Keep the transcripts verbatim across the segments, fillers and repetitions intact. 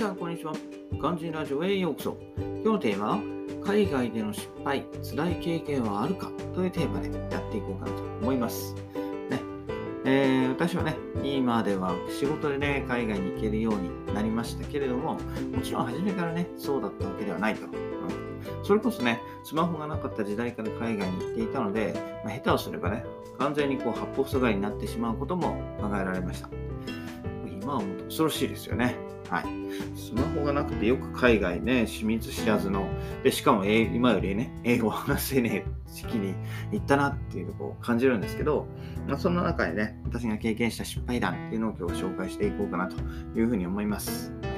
さん、こんにちは。肝心ラジオへようこそ。今日のテーマは、海外での失敗、辛い経験はあるかというテーマでやっていこうかなと思います。ねえー、私はね、今では仕事でね、海外に行けるようになりましたけれども、もちろん初めからね、そうだったわけではないと。うん、それこそね、スマホがなかった時代から海外に行っていたので、まあ、下手をすればね、完全にこう八方塞がりになってしまうことも考えられました。今はもっと恐ろしいですよね。はい。スマホがなくてよく海外ね、清水知らずの、で、しかも英今よりね、英語を話せねえ時期に行ったなっていうところを感じるんですけど、まあ、そんな中でね、私が経験した失敗談っていうのを今日紹介していこうかなというふうに思います。はい、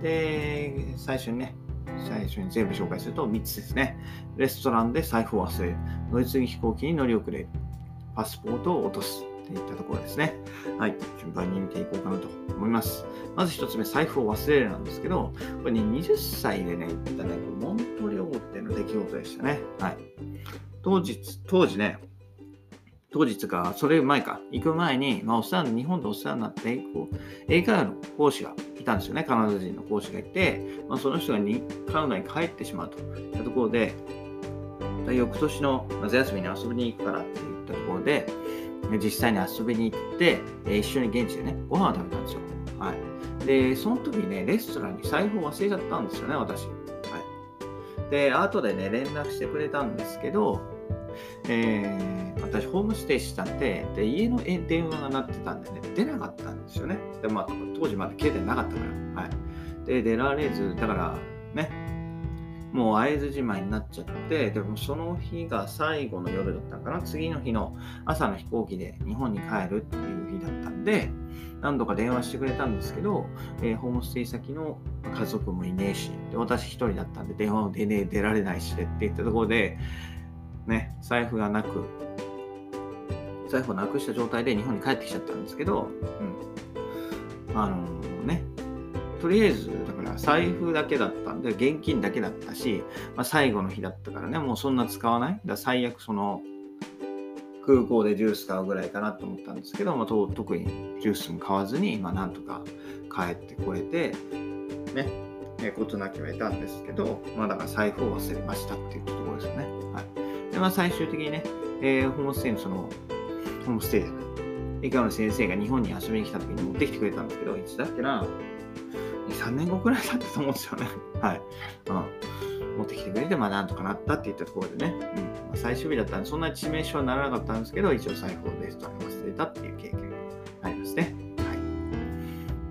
で、最初にね、最初に全部紹介するとみっつですね。レストランで財布を忘れる。乗り継ぎ飛行機に乗り遅れる。パスポートを落とす。といったところですね。はい。順番に見ていこうかなと思います。まず一つ目、財布を忘れるなんですけど、これね、はたちでね、行ったね、モントリオールの出来事でしたね。はい。当日、当時ね、当日か、それ前か、行く前に、まあ、お世話に、日本でお世話になって、こう、英会話の講師がいたんですよね。カナダ人の講師がいて、まあ、その人がにカナダに帰ってしまうといったところで、翌年の夏休みに遊びに行くからって言ったところで、実際に遊びに行って、えー、一緒に現地でね、ご飯を食べたんですよ。はい。で、その時にね、レストランに財布を忘れちゃったんですよね、私。はい。で、後でね、連絡してくれたんですけど、えー、私、ホームステイしたんで、で、家の電話が鳴ってたんでね、出なかったんですよね。で、まあ、当時まだ携帯なかったから。はい。で、出られず、だから、ね、もう会えずじまいになっちゃって、でもその日が最後の夜だったかな、次の日の朝の飛行機で日本に帰るっていう日だったんで、何度か電話してくれたんですけど、えー、ホームステイ先の家族もいねえし、で私一人だったんで電話も出ねえ、出られないしでって言ったところで、ね、財布がなく、財布をなくした状態で日本に帰ってきちゃったんですけど、うん。あのー、ね、とりあえず、だから財布だけだったんで、現金だけだったし、まあ、最後の日だったからね、もうそんな使わない。だから最悪その、空港でジュース買うぐらいかなと思ったんですけど、まあ、と特にジュースも買わずに、まあ、なんとか帰ってこれて、ね、えことなきは得たんですけど、まあ、だから財布を忘れましたっていうところですよね。はい。で、まあ、最終的にね、えー、ホームステイのその、ホームステイじゃない。英会話の先生が日本に遊びに来た時に持ってきてくれたんですけど、いつだっけな、に、さんねんごくらいだったと思うんですよね。はい。うん。持ってきてくれて、まあなんとかなったって言ったところでね。うん。まあ、最終日だったんで、そんな致命傷はならなかったんですけど、一応財布をレストランに忘れたっていう経験がありますね。はい。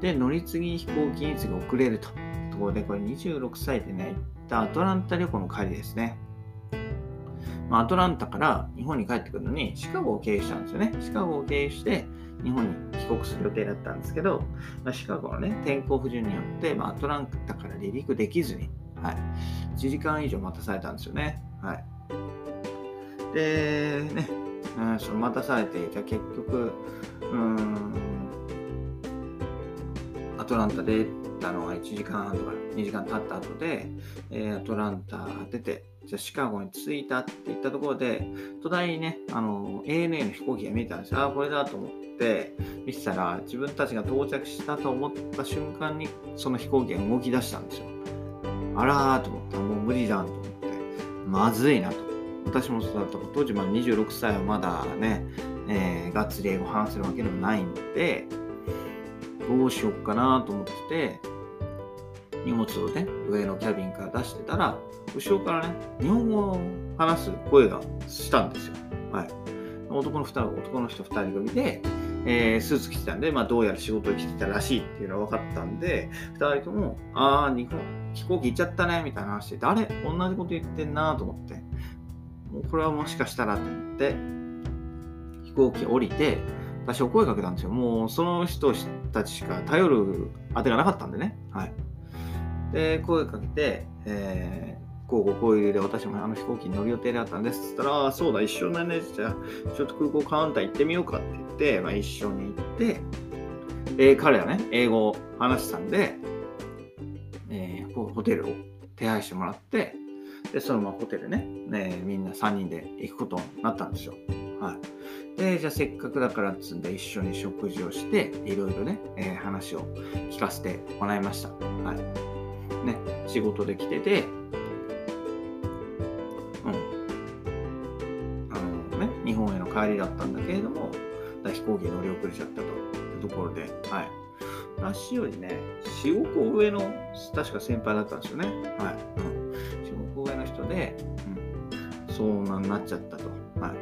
で、乗り継ぎ飛行機に次遅れると。ところで、これにじゅうろくさいでね、行ったアトランタ旅行の帰りですね。まあ、アトランタから日本に帰ってくるのに、シカゴを経由したんですよね。シカゴを経由して、日本に帰国する予定だったんですけど、まあ、シカゴのね、天候不順によって、まあ、アトランタから離陸できずに、はい、いちじかん以上待たされたんですよね。はい。で、ね、うん、その待たされて、じゃあ結局、うーん、アトランタでたのがいちじかんはんとかにじかん経った後で、えー、アトランタ出て、じゃあシカゴに着いたって言ったところで、土台にね、あの、エーエヌエー の飛行機が見えたんですよ。ああ、これだと思って、見てたら、自分たちが到着したと思った瞬間に、その飛行機が動き出したんですよ。あらーと思ったら、もう無理じゃんと思って、まずいなと。私もそうだった。当時まだにじゅうろくさいはまだね、えー、がっつり英語話せるわけでもないんで、どうしよっかなと思ってて、荷物をね、上のキャビンから出してたら、後ろからね、日本語を話す声がしたんですよ。はい。男の二人、男の人二人組で、えー、スーツ着てたんで、まあどうやら仕事に来てたらしいっていうのが分かったんで、二人とも、あー、日本、飛行機行っちゃったね、みたいな話してて、あれ同じこと言ってんなと思って、もうこれはもしかしたらと思って、飛行機降りて、私は声かけたんですよ。もうその人たちしか頼る当てがなかったんでね。はい。で、声かけて、えー、こうこうこういう理由で私もあの飛行機に乗る予定だったんです。つったら、ああ、そうだ、一緒だね。じゃあ、ちょっと空港カウンター行ってみようかって言って、まあ、一緒に行って、えー、彼はね、英語を話してたんで、えー、こうホテルを手配してもらって、で、そのままホテルね、ねみんなさんにんで行くことになったんですよ。はい。 で、じゃあせっかくだからっつんで一緒に食事をして、いろいろね、えー話を聞かせてもらいました。はい。ね、仕事で来てて、うん、あのね、日本への帰りだったんだけれども、だ飛行機に乗り遅れちゃったというところで、はい。私よりね、よん、ごこ上の、確か先輩だったんですよね。はい。うん、よん、ごこ上の人で、うん、そうなんなっちゃったと。はい。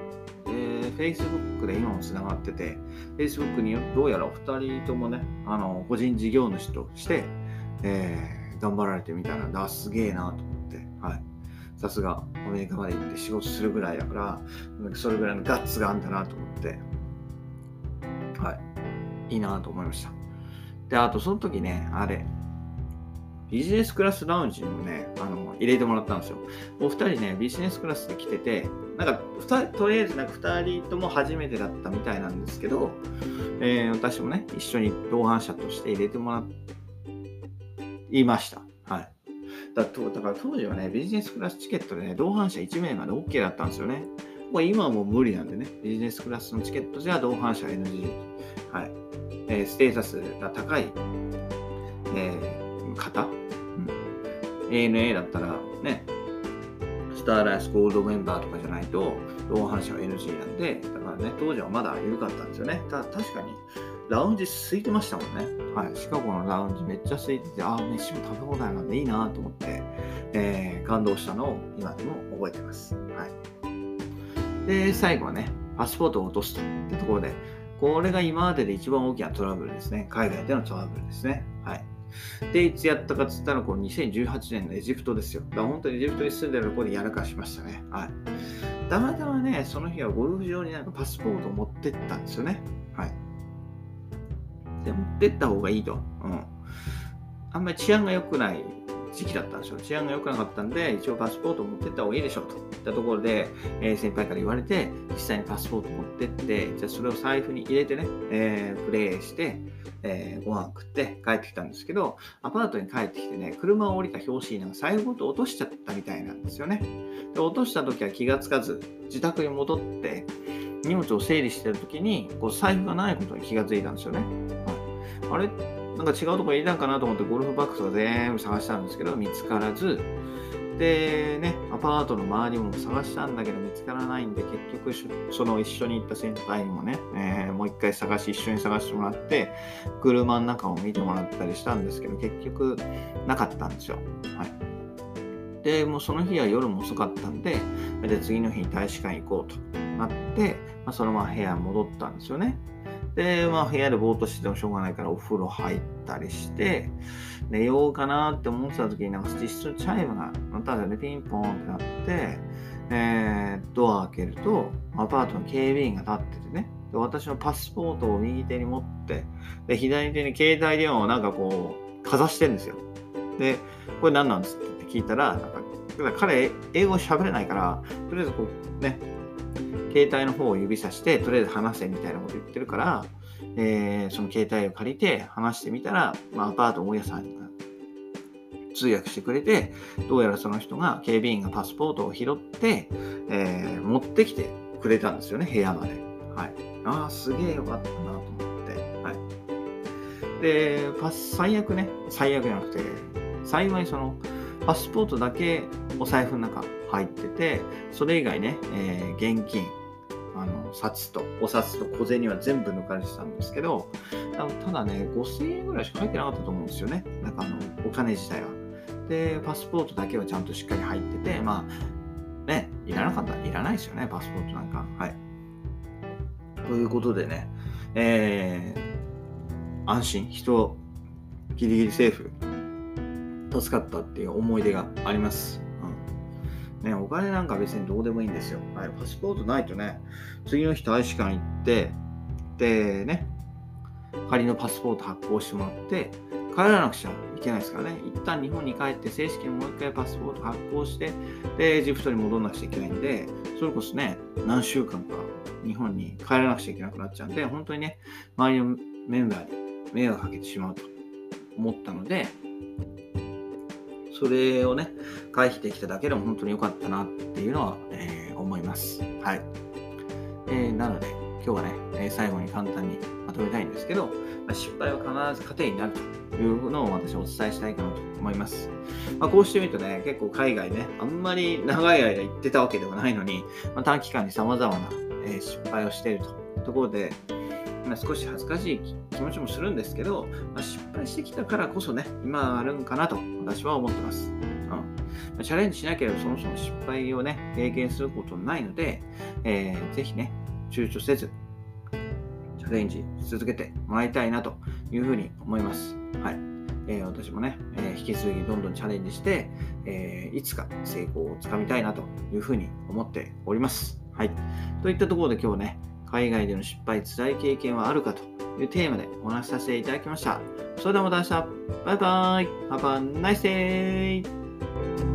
で、Facebook で今もつながってて、Facebook にどうやらお二人ともね、あの、個人事業主として、えー、頑張られてみたら、だ、すげえなと思って、はい。さすがアメリカまで行って仕事するぐらいだから、それぐらいのガッツがあるんだなと思って、はい。いいなと思いました。で、あとその時ね、あれ、ビジネスクラスラウンジにもね、あの、入れてもらったんですよ。お二人ね、ビジネスクラスで来てて、なんか、二人、とりあえずなんか二人とも初めてだったみたいなんですけど、えー、私もね、一緒に同伴者として入れてもらいました。はい。だとだから当時はね、ビジネスクラスチケットでね、同伴者いち名まで OK だったんですよね。もう今はもう無理なんでね、ビジネスクラスのチケットじゃ同伴者 エヌジー。はい。えー、ステータスが高い、えー、方、うん、エーエヌエー だったらね、スターライスゴールドメンバーとかじゃないと、同伴者は エヌジー なんで、だからね、当時はまだ緩かったんですよね。ただ確かに、ラウンジ空いてましたもんね。はい。シカゴのラウンジめっちゃ空いてて、ああ、飯も食べ放題なんでいいなと思って、えー、感動したのを今でも覚えてます。はい。で、最後はね、パスポートを落とすというところで、これが今までで一番大きなトラブルですね。海外でのトラブルですね。はい。で、いつやったかっつったら、このにせんじゅうはちねんのエジプトですよ。だから本当にエジプトに住んでるところでやらかしましたね。はい。たまたまね、その日はゴルフ場になんかパスポートを持ってったんですよね。はい。で、持ってった方がいいと。うん。あんまり治安が良くない時期だったんですよ。治安が良くなかったんで、一応パスポートを持ってった方がいいでしょといったところで、えー、先輩から言われて、実際にパスポート持ってって、じゃあそれを財布に入れてね、えー、プレイして、えー、ご飯食って帰ってきたんですけど、アパートに帰ってきてね、車を降りた拍子になんか財布ごと落としちゃったみたいなんですよね。で、落とした時は気がつかず、自宅に戻って、荷物を整理してる時に、こう財布がないことに気がついたんですよね。はい、あれなんか違うところにいたんかなと思ってゴルフバッグとか全部探したんですけど、見つからず、でね、アパートの周りも探したんだけど見つからないんで、結局その一緒に行った先輩にもね、えー、もう一回探し、一緒に探してもらって、車の中を見てもらったりしたんですけど、結局なかったんですよ。はい。で、もうその日は夜も遅かったんで、で次の日に大使館行こうとなって、まあ、そのまま部屋に戻ったんですよね。で、まあ部屋でぼーっとしててもしょうがないからお風呂入ったりして、寝ようかなって思ってた時になんか実質チャイムが鳴ったんだよね。ピンポーンってなって、えー、ドア開けるとアパートの警備員が立っててね。で、私のパスポートを右手に持って、で、左手に携帯電話をなんかこう、かざしてるんですよ。で、これ何なんですって聞いたら、なんか彼、英語喋れないから、とりあえずこうね、携帯の方を指さして、とりあえず話せみたいなこと言ってるから、えー、その携帯を借りて話してみたら、まあ、アパート大家さんが通訳してくれて、どうやらその人が、警備員がパスポートを拾って、えー、持ってきてくれたんですよね、部屋まで。はい。ああ、すげえよかったなと思って。はい。で、パス、最悪ね、最悪じゃなくて、幸いその、パスポートだけお財布の中入ってて、それ以外ね、えー、現金、あの札とお札と小銭は全部抜かれてたんですけど、ただね、ごせんえんぐらいしか入ってなかったと思うんですよね。なんかあのお金自体は。で、パスポートだけはちゃんとしっかり入ってて、まあ、ね、いらなかったらいらないですよね、パスポートなんか。はい。ということでね、えー、安心、人、ギリギリセーフ、助かったっていう思い出があります。ね、お金なんか別にどうでもいいんですよ。はい、パスポートないとね、次の日大使館行って、でね、仮のパスポート発行してもらって、帰らなくちゃいけないですからね。一旦日本に帰って正式にもう一回パスポート発行して、で、エジプトに戻らなくちゃいけないんで、それこそね、何週間か日本に帰らなくちゃいけなくなっちゃうんで、本当にね、周りのメンバーに迷惑かけてしまうと思ったので、それをね、回避できただけでも本当に良かったなっていうのは、えー、思います。はい。えー、なので、 今日はね、えー最後に簡単にまとめたいんですけど、まあ、失敗は必ず糧になるというのを私はお伝えしたいかなと思います。まあ、こうしてみるとね、結構海外ね、あんまり長い間行ってたわけではないのに、まあ、短期間に様々な、えー失敗をしているとところで、まあ、少し恥ずかしい気持ちもするんですけど、まあ、失敗してきたからこそね、今があるんかなと私は思ってます。うんまあ、チャレンジしなければそもそも失敗をね、経験することないので、えーぜひね、躊躇せず、チャレンジし続けてもらいたいなというふうに思います。はい。えー私もね、えー引き続きどんどんチャレンジして、えーいつか成功をつかみたいなというふうに思っております。はい。といったところで今日はね、海外での失敗、辛い経験はあるかというテーマでお話しさせていただきました。それではまた明日。バイバイ。Have a nice day.